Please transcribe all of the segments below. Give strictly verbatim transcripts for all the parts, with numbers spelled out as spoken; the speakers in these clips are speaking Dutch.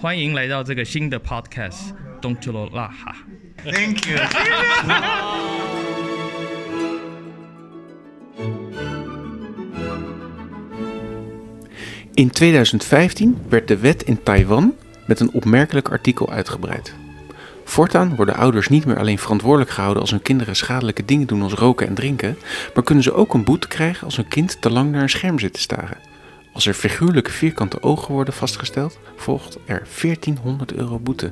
欢迎来到这个新的 podcast Don't You Laha. Thank you. In tweeduizend vijftien werd de wet in Taiwan met een opmerkelijk artikel uitgebreid. Voortaan worden ouders niet meer alleen verantwoordelijk gehouden als hun kinderen schadelijke dingen doen als roken en drinken, maar kunnen ze ook een boete krijgen als hun kind te lang naar een scherm zit te staren. Als er figuurlijke vierkante ogen worden vastgesteld, volgt er veertienhonderd euro boete.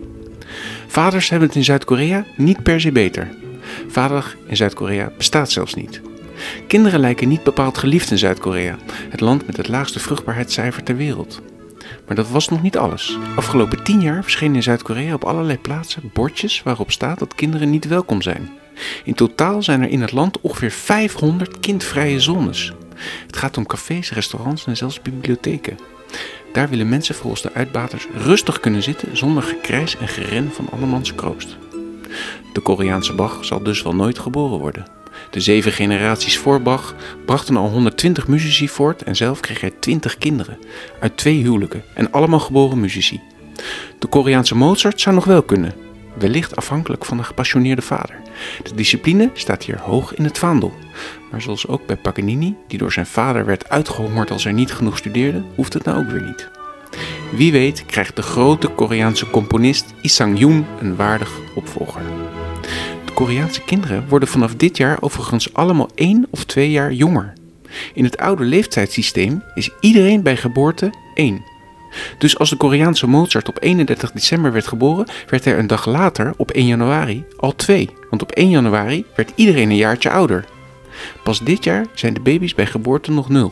Vaders hebben het in Zuid-Korea niet per se beter. Vaderdag in Zuid-Korea bestaat zelfs niet. Kinderen lijken niet bepaald geliefd in Zuid-Korea, het land met het laagste vruchtbaarheidscijfer ter wereld. Maar dat was nog niet alles. Afgelopen tien jaar verschenen in Zuid-Korea op allerlei plaatsen bordjes waarop staat dat kinderen niet welkom zijn. In totaal zijn er in het land ongeveer vijfhonderd kindvrije zones. Het gaat om cafés, restaurants en zelfs bibliotheken. Daar willen mensen volgens de uitbaters rustig kunnen zitten zonder gekrijs en geren van andermans kroost. De Koreaanse Bach zal dus wel nooit geboren worden. De zeven generaties voor Bach brachten al honderdtwintig muzici voort en zelf kreeg hij twintig kinderen uit twee huwelijken en allemaal geboren muzici. De Koreaanse Mozart zou nog wel kunnen, wellicht afhankelijk van een gepassioneerde vader. De discipline staat hier hoog in het vaandel. Maar zoals ook bij Paganini, die door zijn vader werd uitgehongerd als hij niet genoeg studeerde, hoeft het nou ook weer niet. Wie weet krijgt de grote Koreaanse componist Lee Sang-yoon een waardig opvolger. De Koreaanse kinderen worden vanaf dit jaar overigens allemaal één of twee jaar jonger. In het oude leeftijdssysteem is iedereen bij geboorte één. Dus als de Koreaanse Mozart op eenendertig december werd geboren, werd hij een dag later, op één januari, al twee. Want op één januari werd iedereen een jaartje ouder. Pas dit jaar zijn de baby's bij geboorte nog nul.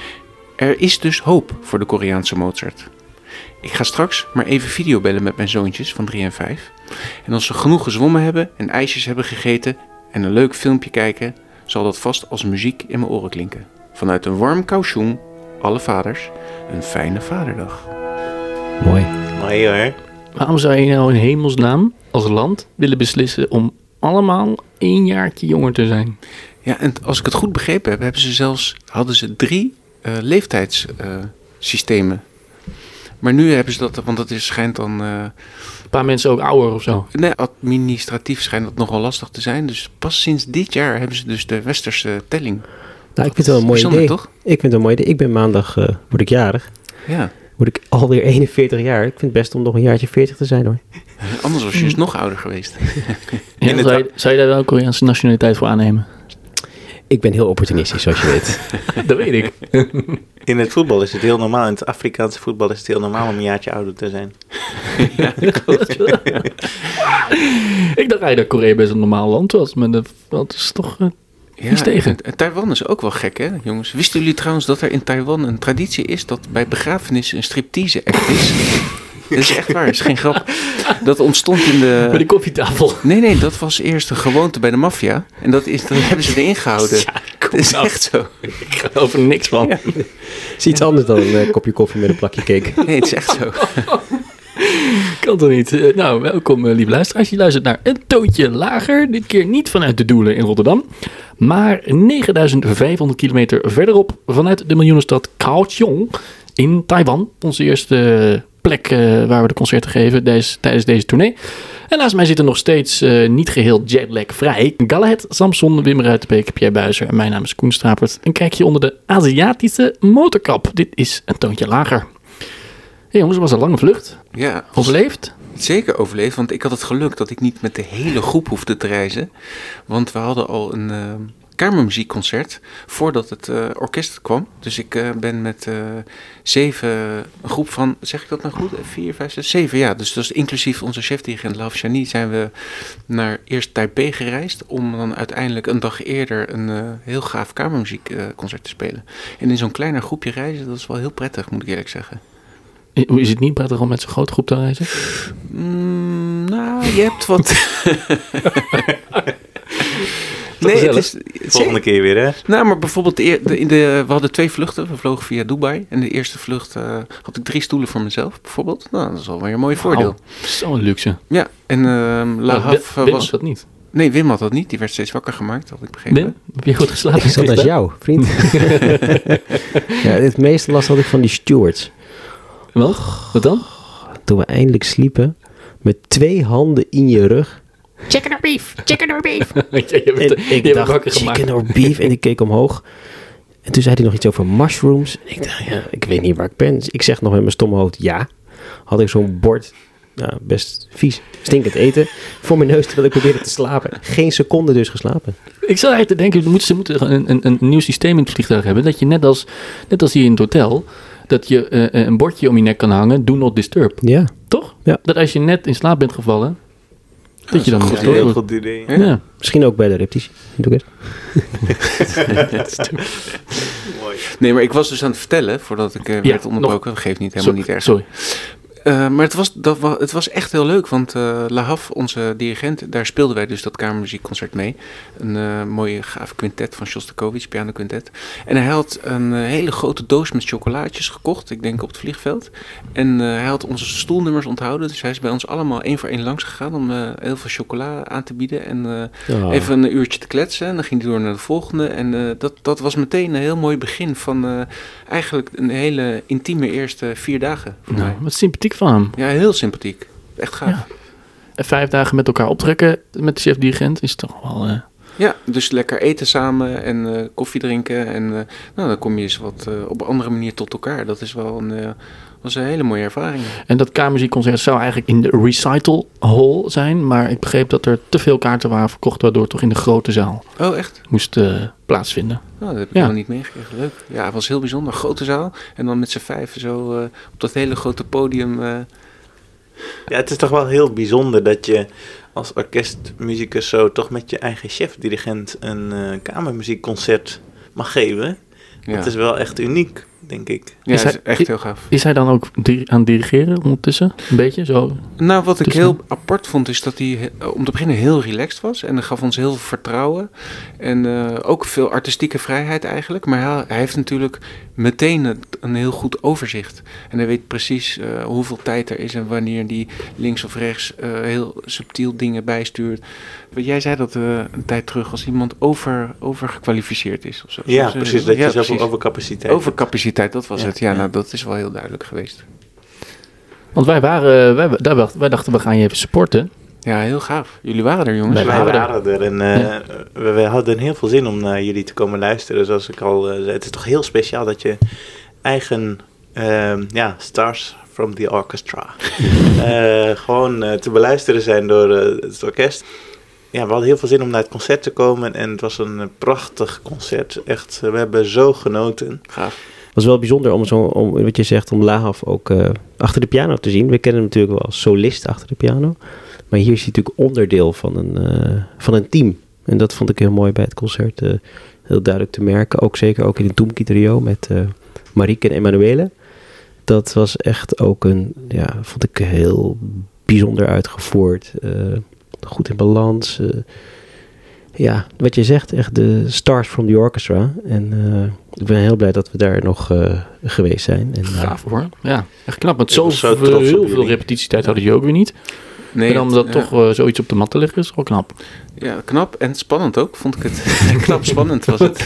Er is dus hoop voor de Koreaanse Mozart. Ik ga straks maar even videobellen met mijn zoontjes van drie en vijf. En als ze genoeg gezwommen hebben en ijsjes hebben gegeten en een leuk filmpje kijken, zal dat vast als muziek in mijn oren klinken. Vanuit een warm Kaohsiung, alle vaders, een fijne vaderdag. Mooi. Mooi hoor. Waarom zou je nou in hemelsnaam als land willen beslissen om allemaal één jaartje jonger te zijn? Ja, en als ik het goed begrepen heb, hebben ze zelfs, hadden ze drie uh, leeftijdssystemen. Uh, maar nu hebben ze dat, want dat is, schijnt dan... Uh, een paar mensen ook ouder of zo? Nee, administratief schijnt dat nogal lastig te zijn. Dus pas sinds dit jaar hebben ze dus de westerse telling. Nou, ik vind het wel een mooi idee. Toch? Ik vind het een mooi idee. Ik ben maandag, uh, word ik jarig. Ja. Word ik alweer eenenveertig jaar. Ik vind het best om nog een jaartje veertig te zijn hoor. Anders was je dus nog ouder geweest. Ja, zou, je, zou je daar wel een Koreaanse nationaliteit voor aannemen? Ik ben heel opportunistisch, zoals je weet. Dat weet ik. In het voetbal is het heel normaal. In het Afrikaanse voetbal is het heel normaal om een jaartje ouder te zijn. Ja, ik dacht eigenlijk dat Korea best een normaal land was. Maar dat, dat is toch uh, ja, iets tegen. En Taiwan is ook wel gek, hè, jongens. Wisten jullie trouwens dat er in Taiwan een traditie is dat bij begrafenissen een striptease act is? Dat is echt waar, dat is geen grap. Dat ontstond in de... Bij de koffietafel. Nee, nee, dat was eerst een gewoonte bij de maffia. En dat, is, dat hebben ze erin gehouden. Ja, dat is nou. Echt zo. Ik geloof er niks van. Ja. Het is iets anders dan een uh, kopje koffie met een plakje cake. Nee, het is echt zo. Kan toch niet? Uh, nou, welkom uh, lieve luisteraars. Je luistert naar Een Toontje Lager. Dit keer niet vanuit de Doelen in Rotterdam. Maar negenduizend vijfhonderd kilometer verderop vanuit de miljoenenstad Kaohsiung in Taiwan. Onze eerste plek uh, waar we de concerten geven deze, tijdens deze tournee. En naast mij zitten nog steeds uh, niet geheel jetlag-vrij Galahad, Samson, Wim Ruitenbeek, Pierre Buizer en mijn naam is Koen Strapert. Een kijkje onder de Aziatische motorkap. Dit is Een Toontje Lager. Hey jongens, het was een lange vlucht. Ja, overleefd? Zeker overleefd, want ik had het geluk dat ik niet met de hele groep hoefde te reizen. Want we hadden al een uh, kamermuziekconcert voordat het uh, orkest kwam. Dus ik uh, ben met uh, zeven, een groep van, zeg ik dat nou goed? Vier, vijf, zes, zeven, ja. Dus dat is inclusief onze chefdirigent Lav Chani zijn we naar eerst Taipei gereisd om dan uiteindelijk een dag eerder een uh, heel gaaf kamermuziekconcert uh, te spelen. En in zo'n kleiner groepje reizen, dat is wel heel prettig, moet ik eerlijk zeggen. Is het niet prettig om met zo'n grote groep te reizen? Mm, nou, je hebt wat... nee, het is... Volgende keer weer, hè? Nou, maar bijvoorbeeld, de, de, in de, we hadden twee vluchten. We vlogen via Dubai. En de eerste vlucht uh, had ik drie stoelen voor mezelf, bijvoorbeeld. Nou, dat is wel weer een mooi voordeel. Wow, zo'n luxe. Ja, en uh, La Havre Wim was... had dat niet. Nee, Wim had dat niet. Die werd steeds wakker gemaakt, had ik begrepen. Wim, heb je goed geslapen? Ik zat als jou, vriend. Ja, het meeste last had ik van die stewards. Wat? Wat dan? toen we eindelijk sliepen, met twee handen in je rug. Chicken or beef, chicken or beef. Ja, je hebt, En je ik hebt dacht, wakker gemaakt. chicken or beef. En ik keek omhoog. En toen zei hij nog iets over mushrooms. En ik dacht, ja, ik weet niet waar ik ben. Dus ik zeg nog met mijn stomme hoofd, ja. Had ik zo'n bord, nou, best vies, stinkend eten, voor mijn neus terwijl ik probeerde te slapen. Geen seconde dus geslapen. Ik zou eigenlijk denken, moeten, ze moeten een, een, een nieuw systeem in het vliegtuig hebben. Dat je net als, net als hier in het hotel, dat je uh, een bordje om je nek kan hangen, do not disturb. Ja. Toch? Ja. Dat als je net in slaap bent gevallen, dat je dan Dat niet is een heel stoort. goed idee. Ja. Ja. Misschien ook bij de repetitie. Doe ik Mooi. Nee, maar ik was dus aan het vertellen, voordat ik uh, Ja, werd onderbroken. Dat geeft niet, helemaal niet erg. Sorry. Uh, maar het was, dat wa- het was echt heel leuk, want uh, Lahaf, onze dirigent, daar speelden wij dus dat kamermuziekconcert mee. Een uh, mooie, gave quintet van Shostakovich, piano quintet. En hij had een uh, hele grote doos met chocolaatjes gekocht, ik denk op het vliegveld. En uh, hij had onze stoelnummers onthouden, dus hij is bij ons allemaal één voor één langs gegaan om uh, heel veel chocola aan te bieden. En uh, Oh. even een uurtje te kletsen en dan ging hij door naar de volgende. En uh, dat, dat was meteen een heel mooi begin van uh, eigenlijk een hele intieme eerste vier dagen voor mij. Nou, wat sympathiek van hem. Ja, heel sympathiek. Echt gaaf. Ja. En vijf dagen met elkaar optrekken met de chef-dirigent is toch wel... Uh... Ja, dus lekker eten samen en uh, koffie drinken. En uh, nou, dan kom je eens wat uh, op een andere manier tot elkaar. Dat is wel een, uh, was een hele mooie ervaring. En dat kamermuziekconcert zou eigenlijk in de recital hall zijn. Maar ik begreep dat er te veel kaarten waren verkocht, waardoor het toch in de grote zaal Oh, echt? moest uh, plaatsvinden. Nou, dat heb ik Ja. helemaal niet meegekregen. Leuk. Ja, het was heel bijzonder. Grote zaal. En dan met z'n vijf zo uh, op dat hele grote podium. Uh, Ja, het is toch wel heel bijzonder dat je als orkestmuzikus zo toch met je eigen chef-dirigent een uh, kamermuziekconcert mag geven. ja. Dat is wel echt uniek, denk ik. Ja, Is dat is hij- echt heel gaaf. Is hij dan ook di- aan het dirigeren ondertussen? Een beetje zo? Nou, wat ik Tussen- heel apart vond, is dat hij he- om te beginnen heel relaxed was. En dat gaf ons heel veel vertrouwen. En uh, ook veel artistieke vrijheid eigenlijk. Maar hij, hij heeft natuurlijk meteen een, een heel goed overzicht. En hij weet precies uh, hoeveel tijd er is en wanneer hij links of rechts uh, heel subtiel dingen bijstuurt. Jij zei dat uh, een tijd terug, als iemand over, overgekwalificeerd is. Of zo. Ja, Zo- precies. Dat je ja, zoveel precies. overcapaciteit Overcapaciteit, dat was Ja, het. Ja, ja. nou, dat is wel heel duidelijk geweest. Want wij waren, wij, daar wacht- wij dachten we gaan je even supporten. Ja, heel gaaf. Jullie waren er, jongens. Wij Wij waren waren er en uh, we, we hadden heel veel zin om naar jullie te komen luisteren. Zoals ik al uh, zei, het is toch heel speciaal dat je eigen um, ja, stars from the orchestra uh, gewoon uh, te beluisteren zijn door uh, het orkest. Ja, we hadden heel veel zin om naar het concert te komen en het was een uh, prachtig concert. Echt, uh, we hebben zo genoten. Gaaf. Het was wel bijzonder om, zo, om wat je zegt, om Lahaf ook uh, achter de piano te zien. We kennen hem natuurlijk wel als solist achter de piano. Maar hier is hij natuurlijk onderdeel van een, uh, van een team. En dat vond ik heel mooi bij het concert. Uh, heel duidelijk te merken. Ook zeker ook in het Doemki trio met uh, Marieke en Emanuele. Dat was echt ook een, ja, vond ik heel bijzonder uitgevoerd. Uh, goed in balans. Uh, ja, wat je zegt, echt de stars from the orchestra. En uh, ik ben heel blij dat we daar nog uh, geweest zijn. En, uh, Gaaf hoor. Ja, echt knap. Want Ik zo, was zo veel, trots op heel veel jullie. repetitietijd hadden jullie ook weer niet. Nee, en om dat het- toch uh, zoiets op de mat te leggen is wel knap. Ja, knap en spannend ook, vond ik het. Knap spannend was het.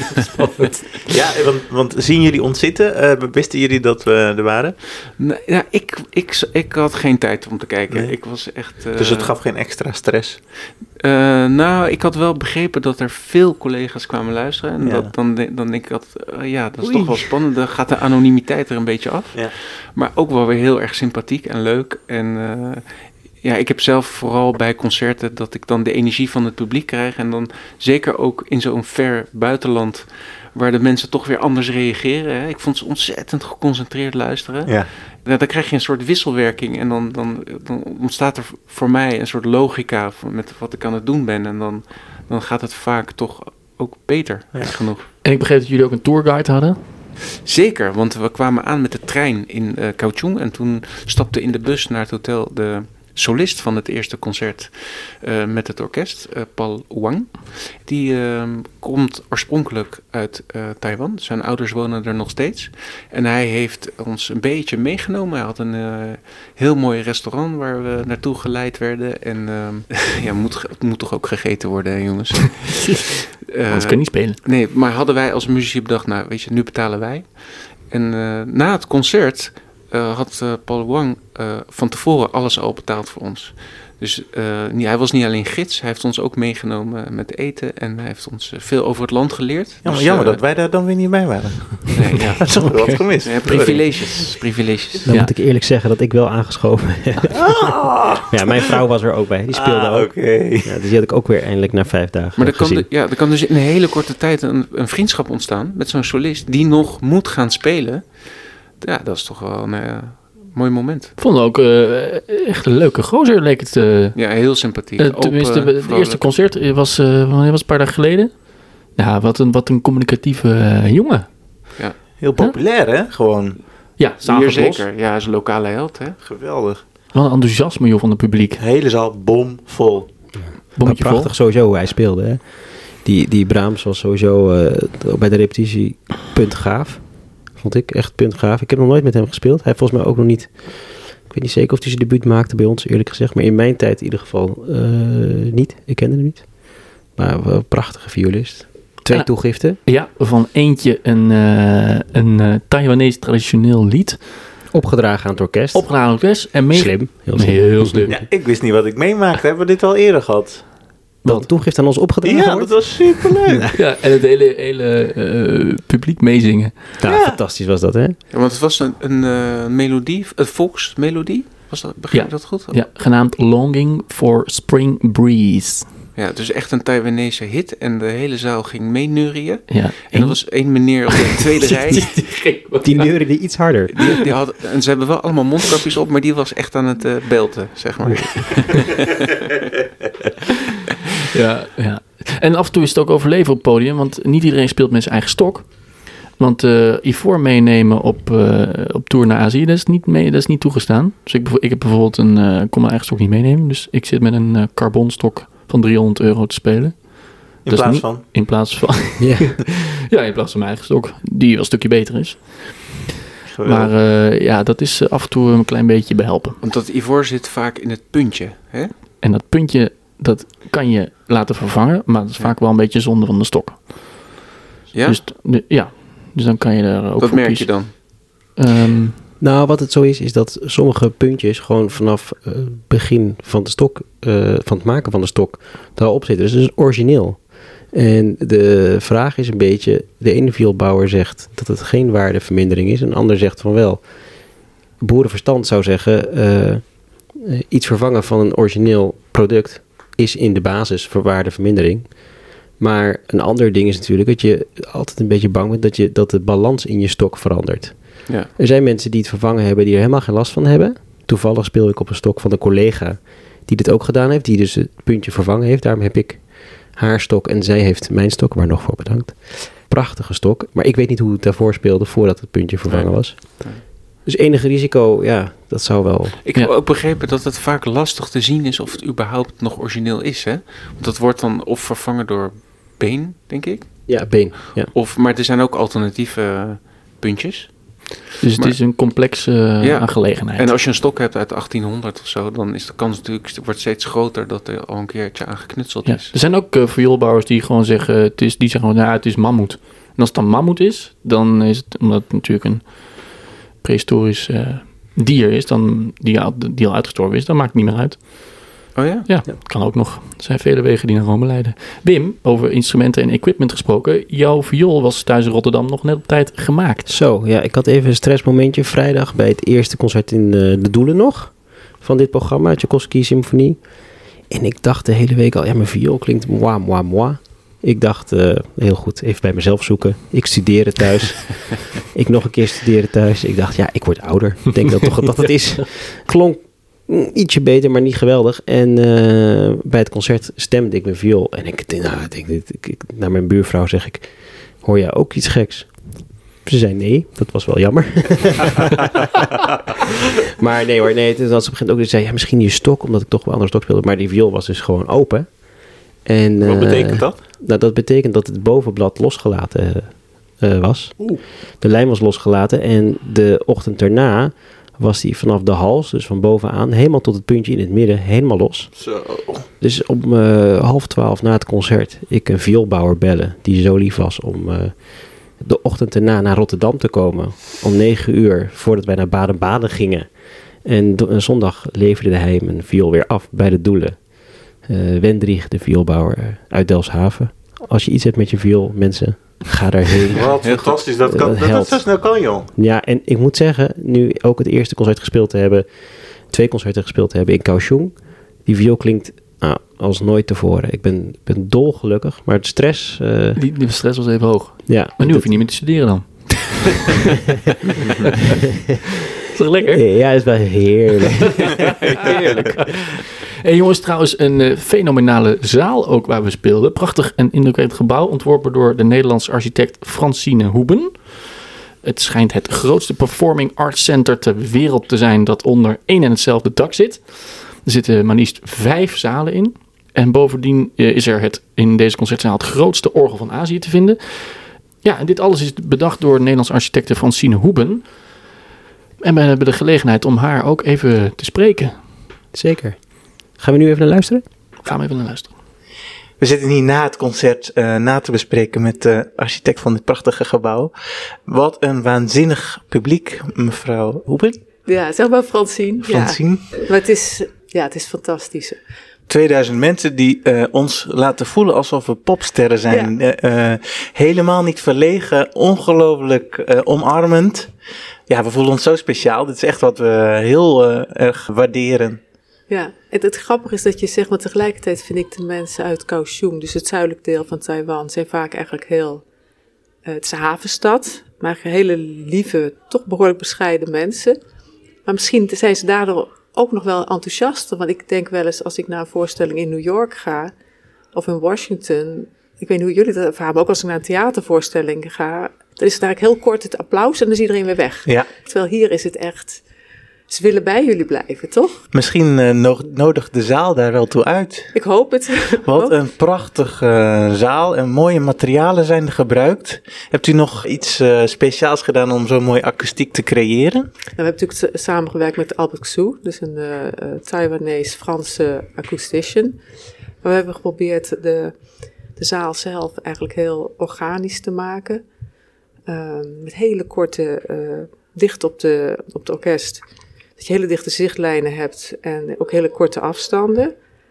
Ja, want, want zien jullie ons zitten? Uh, wisten jullie dat we er waren? Nee, ja, ik, ik, ik had geen tijd om te kijken. Nee. Ik was echt... uh, Dus het gaf geen extra stress. uh, nou, ik had wel begrepen dat er veel collega's kwamen luisteren. En Ja. dat, dan, de- dan denk ik dat, uh, ja, dat is Oei. toch wel spannend. Dan gaat de anonimiteit er een beetje af. Ja. Maar ook wel weer heel erg sympathiek en leuk. En uh, ja, ik heb zelf vooral bij concerten dat ik dan de energie van het publiek krijg. En dan zeker ook in zo'n ver buitenland waar de mensen toch weer anders reageren. Hè. Ik vond ze ontzettend geconcentreerd luisteren. Ja. Ja, dan krijg je een soort wisselwerking en dan, dan, dan ontstaat er voor mij een soort logica van met wat ik aan het doen ben. En dan, dan gaat het vaak toch ook beter, Ja. gek genoeg. En ik begreep dat jullie ook een tourguide hadden. Zeker, want we kwamen aan met de trein in uh, Kaohsiung en toen stapte in de bus naar het hotel de solist van het eerste concert uh, met het orkest, uh, Paul Wang. Die uh, komt oorspronkelijk uit uh, Taiwan. Zijn ouders wonen er nog steeds. En hij heeft ons een beetje meegenomen. Hij had een uh, heel mooi restaurant waar we naartoe geleid werden. En uh, ja, moet, het moet toch ook gegeten worden, hè, jongens. Uh, Anders kan je niet spelen. Nee, maar hadden wij als muzici bedacht, nou weet je, nu betalen wij. En uh, na het concert uh, had uh, Paul Wang uh, van tevoren alles al betaald voor ons. Dus uh, niet, hij was niet alleen gids, hij heeft ons ook meegenomen met eten en hij heeft ons uh, veel over het land geleerd. Ja, maar dus, jammer uh, dat wij daar dan weer niet bij waren. Nee, ja. Dat is toch wel wat gemist. Ja, privileges, privileges. Dan Ja. moet ik eerlijk zeggen dat ik wel aangeschoven ben. Ah, Ja, mijn vrouw was er ook bij. Die speelde ah, ook. oké. Ja, dus die had ik ook weer eindelijk na vijf dagen Maar er kan, gezien. de, ja, er kan dus in een hele korte tijd een, een vriendschap ontstaan met zo'n solist die nog moet gaan spelen. Ja, dat is toch wel een uh, mooi moment. Ik vond het ook uh, echt een leuke gozer, leek het. Uh, Ja, heel sympathiek. uh, tenminste, Open, het vrolijk. eerste concert was, uh, wanneer was het, een paar dagen geleden? Ja, wat een, wat een communicatieve uh, jongen. Heel populair, hè? Gewoon Ja, Hier s'avonds los. zeker. Ja, hij is een lokale held, hè. geweldig. Wat een enthousiasme joh, van het publiek. De hele zaal bomvol. Maar Bommetje vol. prachtig sowieso hoe hij speelde. Hè? Die, die Brahms was sowieso uh, bij de repetitie punt gaaf. Vond ik echt punt gaaf. Ik heb nog nooit met hem gespeeld. Hij heeft volgens mij ook nog niet... Ik weet niet zeker of hij zijn debuut maakte bij ons, eerlijk gezegd. Maar in mijn tijd in ieder geval uh, niet. Ik kende hem niet. Maar wel een prachtige violist. Twee Ja. toegiften. Ja, van eentje een, uh, een uh, Taiwanese traditioneel lied. Opgedragen aan het orkest. Opgedaan orkest. En mee... Slim. Heel Nee, slim. heel slim. Ja, ik wist niet wat ik meemaakte. Hebben we dit al eerder gehad? Dat een toegift aan ons opgedragen Ja, wordt. dat was superleuk. Ja, en het hele, hele uh, publiek meezingen. Nou, Ja. fantastisch was dat, hè? Ja, want het was een, een uh, melodie, een volksmelodie. Was dat, begrijp ik Ja. dat goed? Ja, genaamd Longing for Spring Breeze. Ja, dus echt een Taiwanese hit en de hele zaal ging meeneurien. Ja, En er was één meneer op de tweede rij. Die neuride iets harder. Die, die had, en ze hebben wel allemaal mondkapjes op, maar die was echt aan het uh, belten, zeg maar. Ja, ja. En af en toe is het ook overleven op het podium, want niet iedereen speelt met zijn eigen stok. Want uh, Ivoor meenemen op, uh, op tour naar Azië, dat is niet, mee, dat is niet toegestaan. Dus ik, ik heb bijvoorbeeld een, uh, ik kon mijn eigen stok niet meenemen. Dus ik zit met een uh, carbonstok van driehonderd euro te spelen. In Dat is plaats niet- van... In plaats van, Ja. ja, in plaats van mijn eigen stok, die wel een stukje beter is. Geweldig. Maar uh, ja, dat is uh, af en toe een klein beetje behelpen. Want dat ivoor zit vaak in het puntje, hè? En dat puntje, dat kan je laten vervangen, maar dat is vaak wel een beetje zonde van de stok. Ja, Dus, de, ja. dus dan kan je er ook dat voor merk kiezen. je dan. Ehm, Nou, wat het zo is, is dat sommige puntjes gewoon vanaf het uh, begin van de stok, uh, van het maken van de stok, daarop zitten. Dus het is origineel. En de vraag is een beetje, de ene vioolbouwer zegt dat het geen waardevermindering is, en de ander zegt van wel. Boerenverstand zou zeggen, uh, uh, iets vervangen van een origineel product is in de basis voor waardevermindering. Maar een ander ding is natuurlijk dat je altijd een beetje bang bent dat, je, dat de balans in je stok verandert. Ja. Er zijn mensen die het vervangen hebben die er helemaal geen last van hebben. Toevallig speel ik op een stok van een collega die dit ook gedaan heeft. Die dus het puntje vervangen heeft. Daarom heb ik haar stok en zij heeft mijn stok. Waar nog voor bedankt. Prachtige stok. Maar ik weet niet hoe het daarvoor speelde voordat het puntje vervangen Nee. was. Dus enige risico, ja, dat zou wel... Ik Ja. heb ook begrepen dat het vaak lastig te zien is of het überhaupt nog origineel is, hè? Want dat wordt dan of vervangen door been, denk ik. Ja, been. Ja. Of, maar er zijn ook alternatieve uh, puntjes. dus Maar- het is een complexe uh, Ja. aangelegenheid. En als je een stok hebt uit achttienhonderd of zo, dan is de kans natuurlijk wordt steeds groter dat er al een keertje aan geknutseld ja. is. Er zijn ook uh, vioolbouwers die gewoon zeggen, het is, die zeggen, nou, het is mammoet. En als het dan mammoet is, dan is het, omdat het natuurlijk een prehistorisch uh, dier is, dan, die, al, die al uitgestorven is, dan maakt het niet meer uit. Oh ja? Ja, kan ook nog. Er zijn vele wegen die naar Rome leiden. Wim, over instrumenten en equipment gesproken. Jouw viool was thuis in Rotterdam nog net op tijd gemaakt. Zo, ja, ik had even een stressmomentje vrijdag bij het eerste concert in uh, De Doelen nog. Van dit programma, Tchaikovsky Symfonie. En ik dacht de hele week al, ja, mijn viool klinkt moi, moi, moi. Ik dacht, uh, heel goed, even bij mezelf zoeken. Ik studeerde thuis. ik nog een keer studeren thuis. Ik dacht, ja, ik word ouder. Ik denk dat toch dat het is. Klonk mm, ietsje beter, maar niet geweldig. En uh, bij het concert stemde ik mijn viool. En ik, nou, ik denk, ik, ik, naar mijn buurvrouw zeg ik, hoor jij ook iets geks? Ze zei nee, dat was wel jammer. maar nee hoor, nee, toen had ze op een gegeven moment ook, ze zei, ja, misschien je stok, omdat ik toch wel andere stok speelde. Maar die viool was dus gewoon open. En, Wat uh, betekent dat? Nou, dat betekent dat het bovenblad losgelaten uh, was. Oeh. De lijm was losgelaten en de ochtend erna was die vanaf de hals, dus van bovenaan, helemaal tot het puntje in het midden, helemaal los. Zo. Dus om uh, half twaalf na het concert, ik een vioolbouwer bellen, die zo lief was om uh, de ochtend erna naar Rotterdam te komen. Om negen uur, voordat wij naar Baden-Baden gingen. En do- zondag leverde hij mijn viool weer af bij de Doelen. Uh, Wendrieg, de vioolbouwer uit Delfshaven. Als je iets hebt met je viool, mensen, ga daarheen. Wat fantastisch, dat, kan, Dat dat helpt. het zo snel kan, joh. Ja, en ik moet zeggen, nu ook het eerste concert gespeeld te hebben, twee concerten gespeeld te hebben in Kaohsiung, die viool klinkt nou, als nooit tevoren. Ik ben, ik ben dolgelukkig, maar het stress... Uh, Die, die stress was even hoog. ja, Maar nu hoef je niet meer te studeren dan. Is toch lekker? Ja, het is wel heerlijk. Heerlijk. Hey jongens, trouwens een uh, fenomenale zaal ook waar we speelden. Prachtig en indrukwekkend gebouw, ontworpen door de Nederlandse architect Francine Hoeben. Het schijnt het grootste performing arts center ter wereld te zijn dat onder één en hetzelfde dak zit. Er zitten maar liefst vijf zalen in. En bovendien uh, is er het, in deze concertzaal het grootste orgel van Azië te vinden. Ja, en dit alles is bedacht door Nederlandse architecte Francine Hoeben. En we hebben de gelegenheid om haar ook even te spreken. Zeker. Gaan we nu even naar luisteren? Gaan we even naar luisteren. We zitten hier na het concert uh, na te bespreken met de architect van dit prachtige gebouw. Wat een waanzinnig publiek, mevrouw Hoeben. Ja, zeg maar Francine. Francine. Ja. Maar het is, ja, het is fantastisch. tweeduizend mensen die uh, ons laten voelen alsof we popsterren zijn. Ja. Uh, uh, helemaal niet verlegen, ongelooflijk uh, omarmend. Ja, we voelen ons zo speciaal. Dit is echt wat we heel uh, erg waarderen. Ja, het, het grappige is dat je zegt, maar tegelijkertijd vind ik de mensen uit Kaohsiung, dus het zuidelijk deel van Taiwan, zijn vaak eigenlijk heel, uh, het is een havenstad, maar hele lieve, toch behoorlijk bescheiden mensen. Maar misschien zijn ze daardoor ook nog wel enthousiaster, want ik denk wel eens als ik naar een voorstelling in New York ga, of in Washington, ik weet niet hoe jullie dat ervaren, maar ook als ik naar een theatervoorstelling ga, dan is het eigenlijk heel kort het applaus en dan is iedereen weer weg. Ja. Terwijl hier is het echt, ze willen bij jullie blijven, toch? Misschien uh, no- nodigt de zaal daar wel toe uit. Ik hoop het. Wat een prachtige uh, zaal en mooie materialen zijn er gebruikt. Hebt u nog iets uh, speciaals gedaan om zo'n mooie akoestiek te creëren? Nou, we hebben natuurlijk samengewerkt met Albert Xu, dus een uh, uh, Taiwanese-Franse acoustician. Maar we hebben geprobeerd de, de zaal zelf eigenlijk heel organisch te maken. Uh, met hele korte, uh, dicht op de, op de orkest. Dat je hele dichte zichtlijnen hebt en ook hele korte afstanden.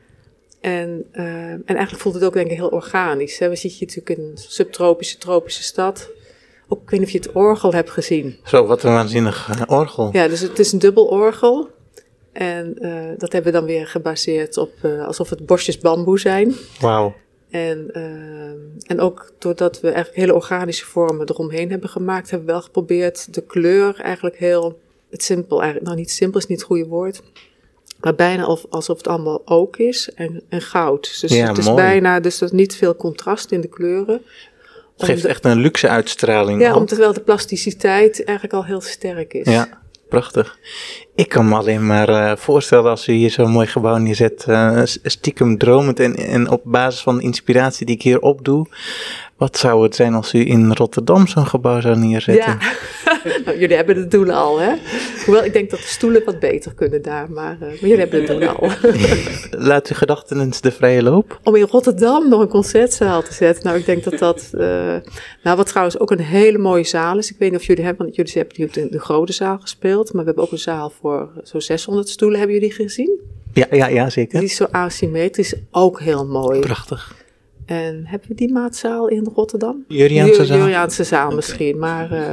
En, uh, en eigenlijk voelt het ook denk ik heel organisch. Hè? We zitten hier natuurlijk in een subtropische, tropische stad. Ook, ik weet niet of je het orgel hebt gezien. Zo, wat een waanzinnig uh, orgel. Ja, dus het is een dubbel orgel. En uh, dat hebben we dan weer gebaseerd op uh, alsof het bosjes bamboe zijn. Wauw. En, uh, en ook doordat we eigenlijk hele organische vormen eromheen hebben gemaakt, hebben we wel geprobeerd de kleur eigenlijk heel, het simpel, eigenlijk, nou niet simpel is niet het goede woord, maar bijna of, alsof het allemaal ook is en, en goud. Dus ja, het is mooi. bijna, dus er is niet veel contrast in de kleuren. Het geeft de, echt een luxe uitstraling. Ja, omdat terwijl de plasticiteit eigenlijk al heel sterk is. Ja, prachtig. Ik kan me alleen maar uh, voorstellen als u hier zo'n mooi gebouw neerzet, uh, stiekem dromend en, en op basis van de inspiratie die ik hier opdoe. Wat zou het zijn als u in Rotterdam zo'n gebouw zou neerzetten? Ja, nou, jullie hebben de doelen al, hè? Hoewel, ik denk dat de stoelen wat beter kunnen daar, maar, uh, maar jullie hebben de doelen al. Laat uw gedachten eens de vrije loop. Om in Rotterdam nog een concertzaal te zetten, nou, ik denk dat dat... Uh, nou, wat trouwens ook een hele mooie zaal is. Ik weet niet of jullie hebben, want jullie hebben nu in de grote zaal gespeeld, maar we hebben ook een zaal voor zo'n zeshonderd stoelen. Hebben jullie gezien? Ja, ja, ja, zeker. Die is zo asymmetrisch, ook heel mooi. Prachtig. En hebben we die maatzaal in Rotterdam? Juriaanse zaal? Juriaanse zaal misschien, maar... Uh,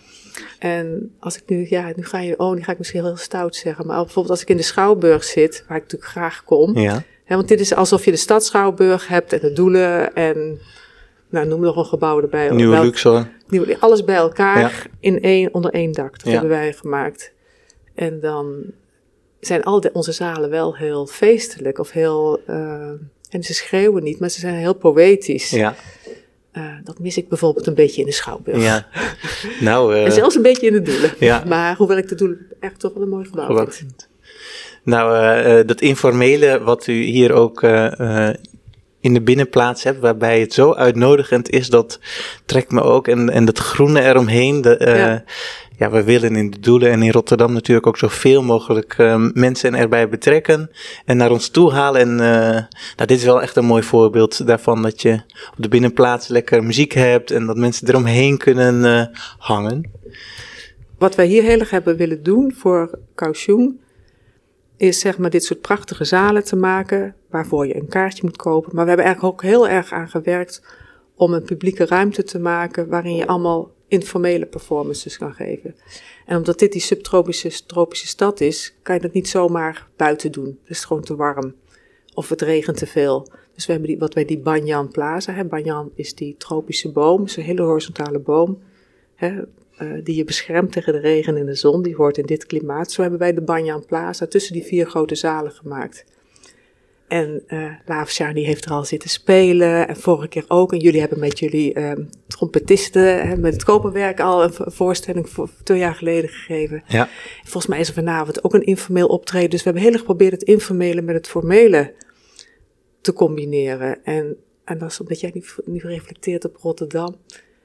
en als ik nu, ja, nu ga je, oh, nu ga ik misschien heel stout zeggen, maar bijvoorbeeld als ik in de Schouwburg zit, waar ik natuurlijk graag kom, ja. Hè, want dit is alsof je de stad Schouwburg hebt en de Doelen en, nou, noem nog een gebouw erbij. Nieuwe Wel, Luxor. Nieuwe, alles bij elkaar ja. in één, onder één dak, dat ja. hebben wij gemaakt. En dan zijn al de, onze zalen wel heel feestelijk of heel, uh, en ze schreeuwen niet, maar ze zijn heel poëtisch. Ja. Uh, dat mis ik bijvoorbeeld een beetje in de Schouwburg. Ja. Nou, uh, en zelfs een beetje in de Doelen. Ja. Maar hoewel ik de Doelen echt toch wel een mooi gebouw vind. vind. Nou, uh, uh, dat informele wat u hier ook uh, uh, in de binnenplaats hebt, waarbij het zo uitnodigend is, dat trekt me ook. En, en dat groene eromheen, de, uh, ja. ja, we willen in de doelen en in Rotterdam natuurlijk ook zoveel mogelijk uh, mensen erbij betrekken en naar ons toe halen. En uh, nou, dit is wel echt een mooi voorbeeld daarvan dat je op de binnenplaats lekker muziek hebt en dat mensen eromheen kunnen uh, hangen. Wat wij hier heel erg hebben willen doen voor Kaohsiung is zeg maar dit soort prachtige zalen te maken waarvoor je een kaartje moet kopen. Maar we hebben eigenlijk ook heel erg aan gewerkt om een publieke ruimte te maken waarin je allemaal informele performances kan geven. En omdat dit die subtropische tropische stad is, kan je dat niet zomaar buiten doen. Het is gewoon te warm. Of het regent te veel. Dus we hebben die, wat wij die Banyan Plaza hebben. Banyan is die tropische boom. Het is een hele horizontale boom. Hè, uh, die je beschermt tegen de regen en de zon. Die hoort in dit klimaat. Zo hebben wij de Banyan Plaza tussen die vier grote zalen gemaakt. En uh, Laafshani heeft er al zitten spelen. En vorige keer ook. En jullie hebben met jullie um, trompetisten, hè, met het koperwerk al een voorstelling voor twee jaar geleden gegeven. Ja. Volgens mij is er vanavond ook een informeel optreden. Dus we hebben heel erg geprobeerd het informele met het formele te combineren. En, en dat is omdat jij nu, nu reflecteert op Rotterdam.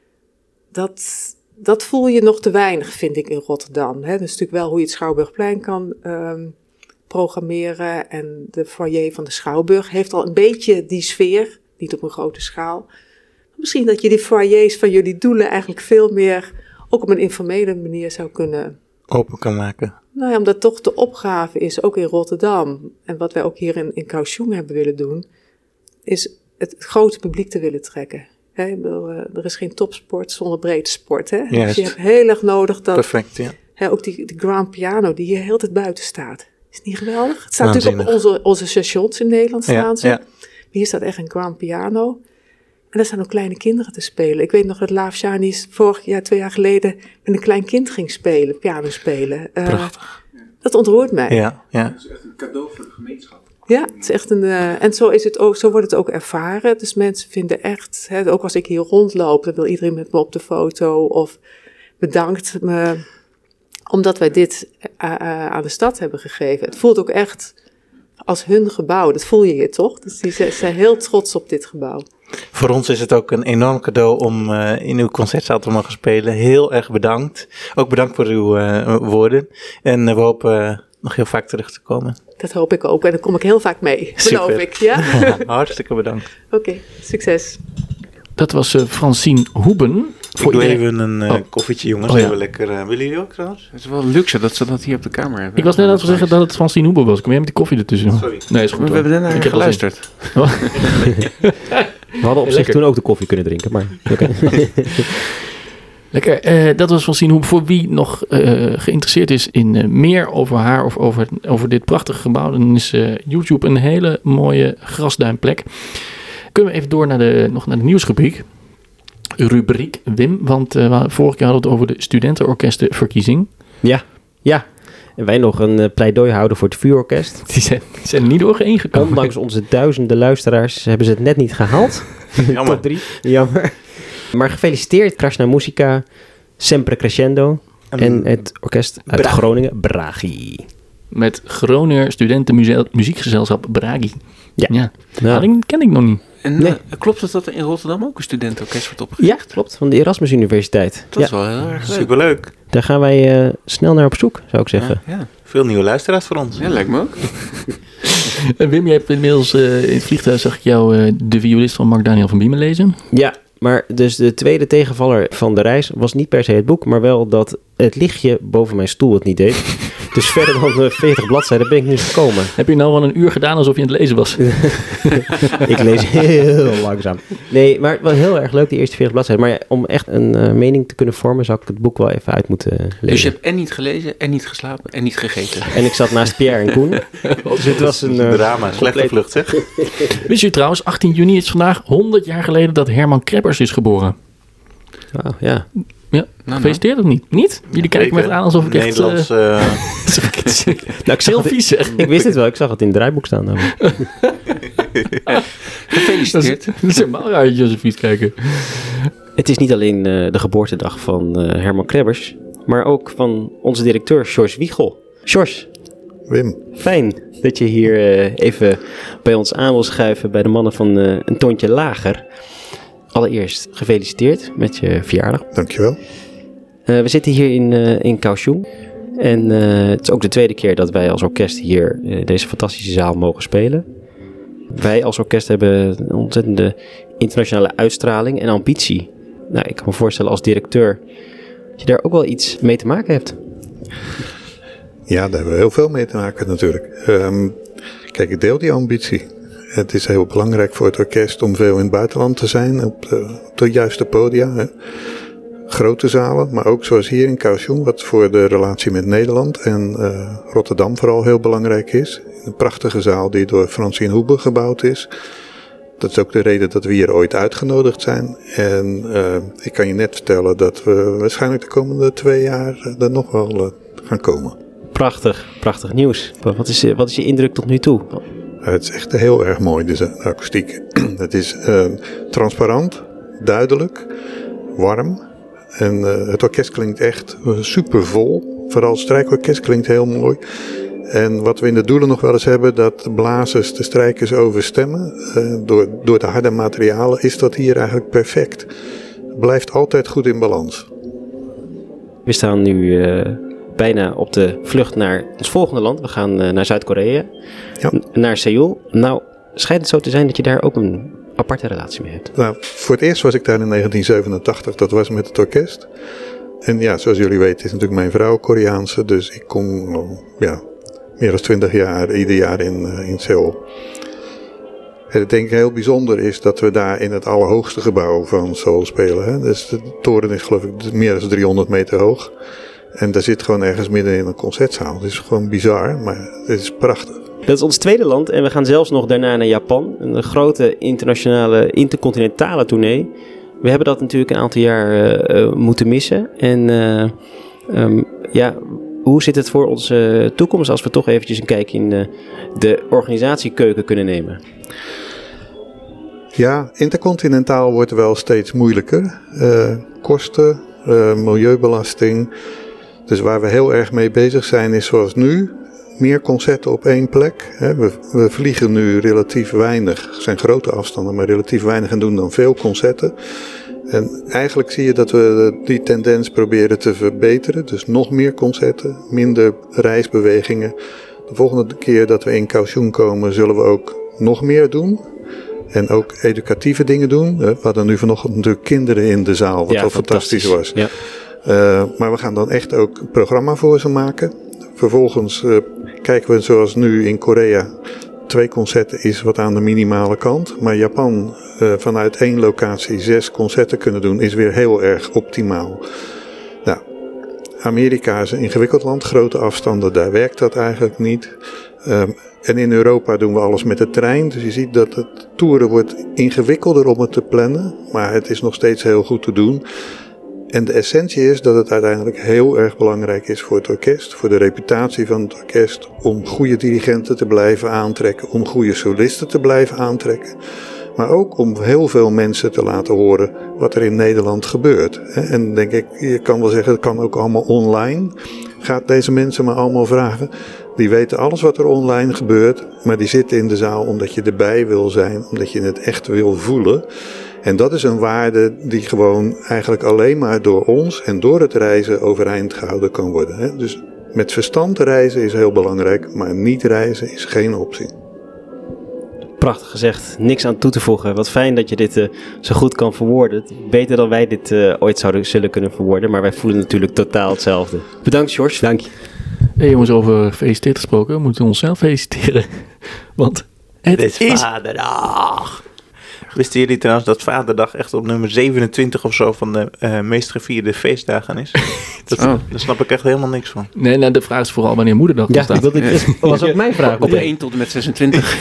Dat, dat voel je nog te weinig, vind ik, in Rotterdam. Hè. Dat is natuurlijk wel hoe je het Schouwburgplein kan um, programmeren. En de foyer van de Schouwburg heeft al een beetje die sfeer. Niet op een grote schaal. Misschien dat je die foyers van jullie doelen eigenlijk veel meer ook op een informele manier zou kunnen open kan maken. Nou ja, omdat toch de opgave is, ook in Rotterdam, en wat wij ook hier in, in Kaohsiung hebben willen doen, is het grote publiek te willen trekken. He, er is geen topsport zonder breedte sport. Hè? Dus je hebt heel erg nodig dat, perfect, ja. He, ook die, die grand piano die hier heel tijd buiten staat. Is het niet geweldig? Het staat natuurlijk op onze, onze stations in Nederland staan ja, ze. Ja. Hier staat echt een grand piano. En daar staan ook kleine kinderen te spelen. Ik weet nog dat Laafshani vorig jaar, twee jaar geleden, met een klein kind ging spelen, piano spelen. Uh, Prachtig. Dat ontroert mij. Ja, ja. Dat is echt een cadeau voor de gemeenschap. Ja, het is echt een. Uh, en zo is het ook, zo wordt het ook ervaren. Dus mensen vinden echt, hè, ook als ik hier rondloop, dan wil iedereen met me op de foto of bedankt me, omdat wij dit uh, uh, aan de stad hebben gegeven. Het voelt ook echt als hun gebouw. Dat voel je hier toch? Dus die zijn heel trots op dit gebouw. Voor ons is het ook een enorm cadeau om uh, in uw concertzaal te mogen spelen. Heel erg bedankt. Ook bedankt voor uw uh, woorden. En uh, we hopen uh, nog heel vaak terug te komen. Dat hoop ik ook. En dan kom ik heel vaak mee. Super. Beloof ik. Ja? Hartstikke bedankt. Oké, okay, succes. Dat was uh, Francine Hoeben. Ik doe even een uh, oh. koffietje, jongens. Oh, ja. Even lekker. Uh, willen jullie ook trouwens? Het is wel luxe dat ze dat hier op de kamer hebben. Ik was net aan het zeggen dat het Francine Hoeben was. Kom jij met die koffie ertussen? Sorry. Nee, is goed. We hebben daarna geluisterd. We hadden op zich toen ook de koffie kunnen drinken, maar oké. Okay. Lekker. Uh, dat was Francine Hoeben. Voor wie nog uh, geïnteresseerd is in uh, meer over haar of over, over dit prachtige gebouw, dan is uh, YouTube een hele mooie grasduinplek. Kunnen we even door naar de, nog naar de nieuwsrubriek. Rubriek, Wim, want uh, vorige keer hadden we het over de studentenorkestenverkiezing. Ja, ja. En wij nog een uh, pleidooi houden voor het vuurorkest. Die zijn, die zijn er niet doorheen gekomen. Ondanks onze duizenden luisteraars hebben ze het net niet gehaald. Jammer. Top drie. Jammer. Maar gefeliciteerd, Krasna Musica, Sempre Crescendo um, en het orkest uit Bra- Groningen, Bragi. Met Groninger Studentenmuziekgezelschap Bragi. Ja. ja. Nou. Dat ken ik nog niet. En Nee. uh, klopt het dat er in Rotterdam ook een studentenorkest wordt opgericht? Ja, klopt, van de Erasmus Universiteit. Dat Ja, is wel heel erg leuk. Superleuk. daar gaan wij uh, snel naar op zoek, zou ik zeggen. Ja, ja. Veel nieuwe luisteraars voor ons. ja, lijkt me ook. En Wim, je hebt inmiddels uh, in het vliegtuig, zag ik jou, uh, de violist van Mark Daniel van Biemen lezen. Ja, maar dus de tweede tegenvaller van de reis was niet per se het boek, maar wel dat het lichtje boven mijn stoel het niet deed. Dus verder dan uh, veertig bladzijden ben ik niet gekomen. Heb je nou al een uur gedaan alsof je aan het lezen was? Ik lees heel langzaam. Nee, maar wel heel erg leuk, die eerste veertig bladzijden. Maar ja, om echt een uh, mening te kunnen vormen, zou ik het boek wel even uit moeten uh, lezen. Dus je hebt en niet gelezen, en niet geslapen, en niet gegeten. En ik zat naast Pierre en Koen. Dus het was een uh, Drama, slechte compleet- vlucht zeg. Wist je trouwens, achttien juni is vandaag honderd jaar geleden dat Herman Kreppers is geboren. Wauw, ja. Ja, nou. Gefeliciteerd of niet? Niet? Jullie kijken me echt aan alsof ik echt... Nederlands. Uh, Uh, alsof ik het Nou, ik, zag heel het, vies zeg. ik wist het wel, ik zag het in het draaiboek staan. namelijk. Gefeliciteerd. Dat is helemaal raar dat je zo vies kijken. Het is niet alleen uh, de geboortedag van uh, Herman Krebbers, maar ook van onze directeur George Wiegel. George, Wim, fijn dat je hier uh, even bij ons aan wil schuiven bij de mannen van uh, Een Toontje Lager. Allereerst gefeliciteerd met je verjaardag. dankjewel. Uh, we zitten hier in, uh, in Kaohsiung. En uh, het is ook de tweede keer dat wij als orkest hier in uh, deze fantastische zaal mogen spelen. Wij als orkest hebben een ontzettende internationale uitstraling en ambitie. Nou, ik kan me voorstellen als directeur dat je daar ook wel iets mee te maken hebt. Ja, daar hebben we heel veel mee te maken natuurlijk. Um, kijk, ik deel die ambitie. Het is heel belangrijk voor het orkest om veel in het buitenland te zijn, op de, op de juiste podia. Hè. Grote zalen, maar ook zoals hier in Kaohsiung, wat voor de relatie met Nederland en uh, Rotterdam vooral heel belangrijk is. Een prachtige zaal die door Francine Hoebe gebouwd is. Dat is ook de reden dat we hier ooit uitgenodigd zijn. En uh, ik kan je net vertellen dat we waarschijnlijk de komende twee jaar er nog wel uh, gaan komen. Prachtig, prachtig nieuws. Wat is, wat is je indruk tot nu toe? Uh, het is echt heel erg mooi, dus de akoestiek. Het is uh, transparant, duidelijk, warm. En uh, het orkest klinkt echt uh, super vol. Vooral het strijkorkest klinkt heel mooi. En wat we in de doelen nog wel eens hebben, dat de blazers de strijkers overstemmen. Uh, door, door de harde materialen is dat hier eigenlijk perfect. Het blijft altijd goed in balans. We staan nu uh, bijna op de vlucht naar ons volgende land. We gaan uh, naar Zuid-Korea, ja. N- naar Seoul. Nou, schijnt het zo te zijn dat je daar ook een aparte relatie mee hebt. Nou, voor het eerst was ik daar in negentien zevenentachtig, dat was met het orkest. En ja, zoals jullie weten is natuurlijk mijn vrouw Koreaanse, dus ik kom oh, ja, meer dan twintig jaar, ieder jaar in, uh, in Seoul. En ik denk heel bijzonder is dat we daar in het allerhoogste gebouw van Seoul spelen. Hè. Dus de toren is geloof ik meer dan driehonderd meter hoog. En daar zit gewoon ergens midden in een concertzaal. Het is gewoon bizar, maar het is prachtig. Dat is ons tweede land en we gaan zelfs nog daarna naar Japan. Een grote internationale, intercontinentale tournee. We hebben dat natuurlijk een aantal jaar uh, moeten missen. En uh, um, ja, hoe zit het voor onze toekomst als we toch eventjes een kijkje in uh, de organisatiekeuken kunnen nemen? Ja, intercontinentaal wordt wel steeds moeilijker. Uh, kosten, uh, milieubelasting. Dus waar we heel erg mee bezig zijn is zoals nu, meer concerten op één plek. We, we vliegen nu relatief weinig, het zijn grote afstanden, maar relatief weinig en doen dan veel concerten. En eigenlijk zie je dat we die tendens proberen te verbeteren. Dus nog meer concerten, minder reisbewegingen. De volgende keer dat we in Kaohsiung komen, zullen we ook nog meer doen. En ook educatieve dingen doen. We hadden nu vanochtend natuurlijk kinderen in de zaal, wat ja, al fantastisch, fantastisch was. Ja. Uh, maar we gaan dan echt ook een programma voor ze maken. Vervolgens uh, kijken we zoals nu in Korea. Twee concerten is wat aan de minimale kant. Maar Japan uh, vanuit één locatie zes concerten kunnen doen is weer heel erg optimaal. Nou, Amerika is een ingewikkeld land, grote afstanden, daar werkt dat eigenlijk niet. Um, en in Europa doen we alles met de trein. Dus je ziet dat het toeren wordt ingewikkelder om het te plannen. Maar het is nog steeds heel goed te doen. En de essentie is dat het uiteindelijk heel erg belangrijk is voor het orkest, voor de reputatie van het orkest, om goede dirigenten te blijven aantrekken, om goede solisten te blijven aantrekken. Maar ook om heel veel mensen te laten horen wat er in Nederland gebeurt. En denk ik, je kan wel zeggen, het kan ook allemaal online. Gaat deze mensen maar allemaal vragen. Die weten alles wat er online gebeurt, maar die zitten in de zaal omdat je erbij wil zijn, omdat je het echt wil voelen. En dat is een waarde die gewoon eigenlijk alleen maar door ons en door het reizen overeind gehouden kan worden. Hè? Dus met verstand reizen is heel belangrijk, maar niet reizen is geen optie. Prachtig gezegd, niks aan toe te voegen. Wat fijn dat je dit uh, zo goed kan verwoorden. Beter dan wij dit uh, ooit zouden zullen kunnen verwoorden, maar wij voelen natuurlijk totaal hetzelfde. Bedankt George. Dank je. Hey jongens, over gefeliciteerd gesproken, we moeten onszelf feliciteren. Want het, het is, is vaderdag. Wisten jullie trouwens dat Vaderdag echt op nummer zevenentwintig of zo van de uh, meest gevierde feestdagen is? Dat, oh. Daar snap ik echt helemaal niks van. Nee, nou, de vraag is vooral wanneer Moederdag ja, staat. Ja, dat was ook mijn vraag. Op één tot en met zesentwintig.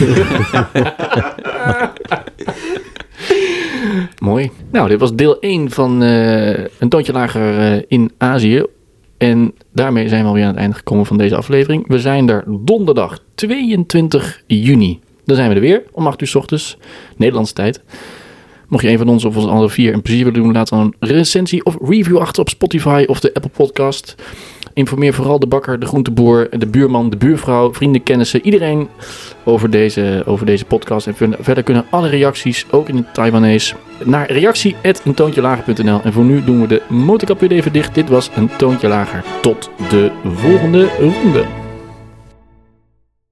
Mooi. Nou, dit was deel één van uh, Een Toontje Lager uh, in Azië. En daarmee zijn we alweer aan het einde gekomen van deze aflevering. We zijn er donderdag tweeëntwintig juni. Dan zijn we er weer om acht uur 's ochtends, Nederlandse tijd. Mocht je een van ons of onze andere vier een plezier willen doen, laat dan een recensie of review achter op Spotify of de Apple Podcast. Informeer vooral de bakker, de groenteboer, de buurman, de buurvrouw, vrienden, kennissen, iedereen over deze, over deze podcast. En verder kunnen alle reacties, ook in het Taiwanees, naar reactie at een toontje lager punt n l. En voor nu doen we de motorkap weer even dicht. Dit was Een Toontje Lager. Tot de volgende ronde.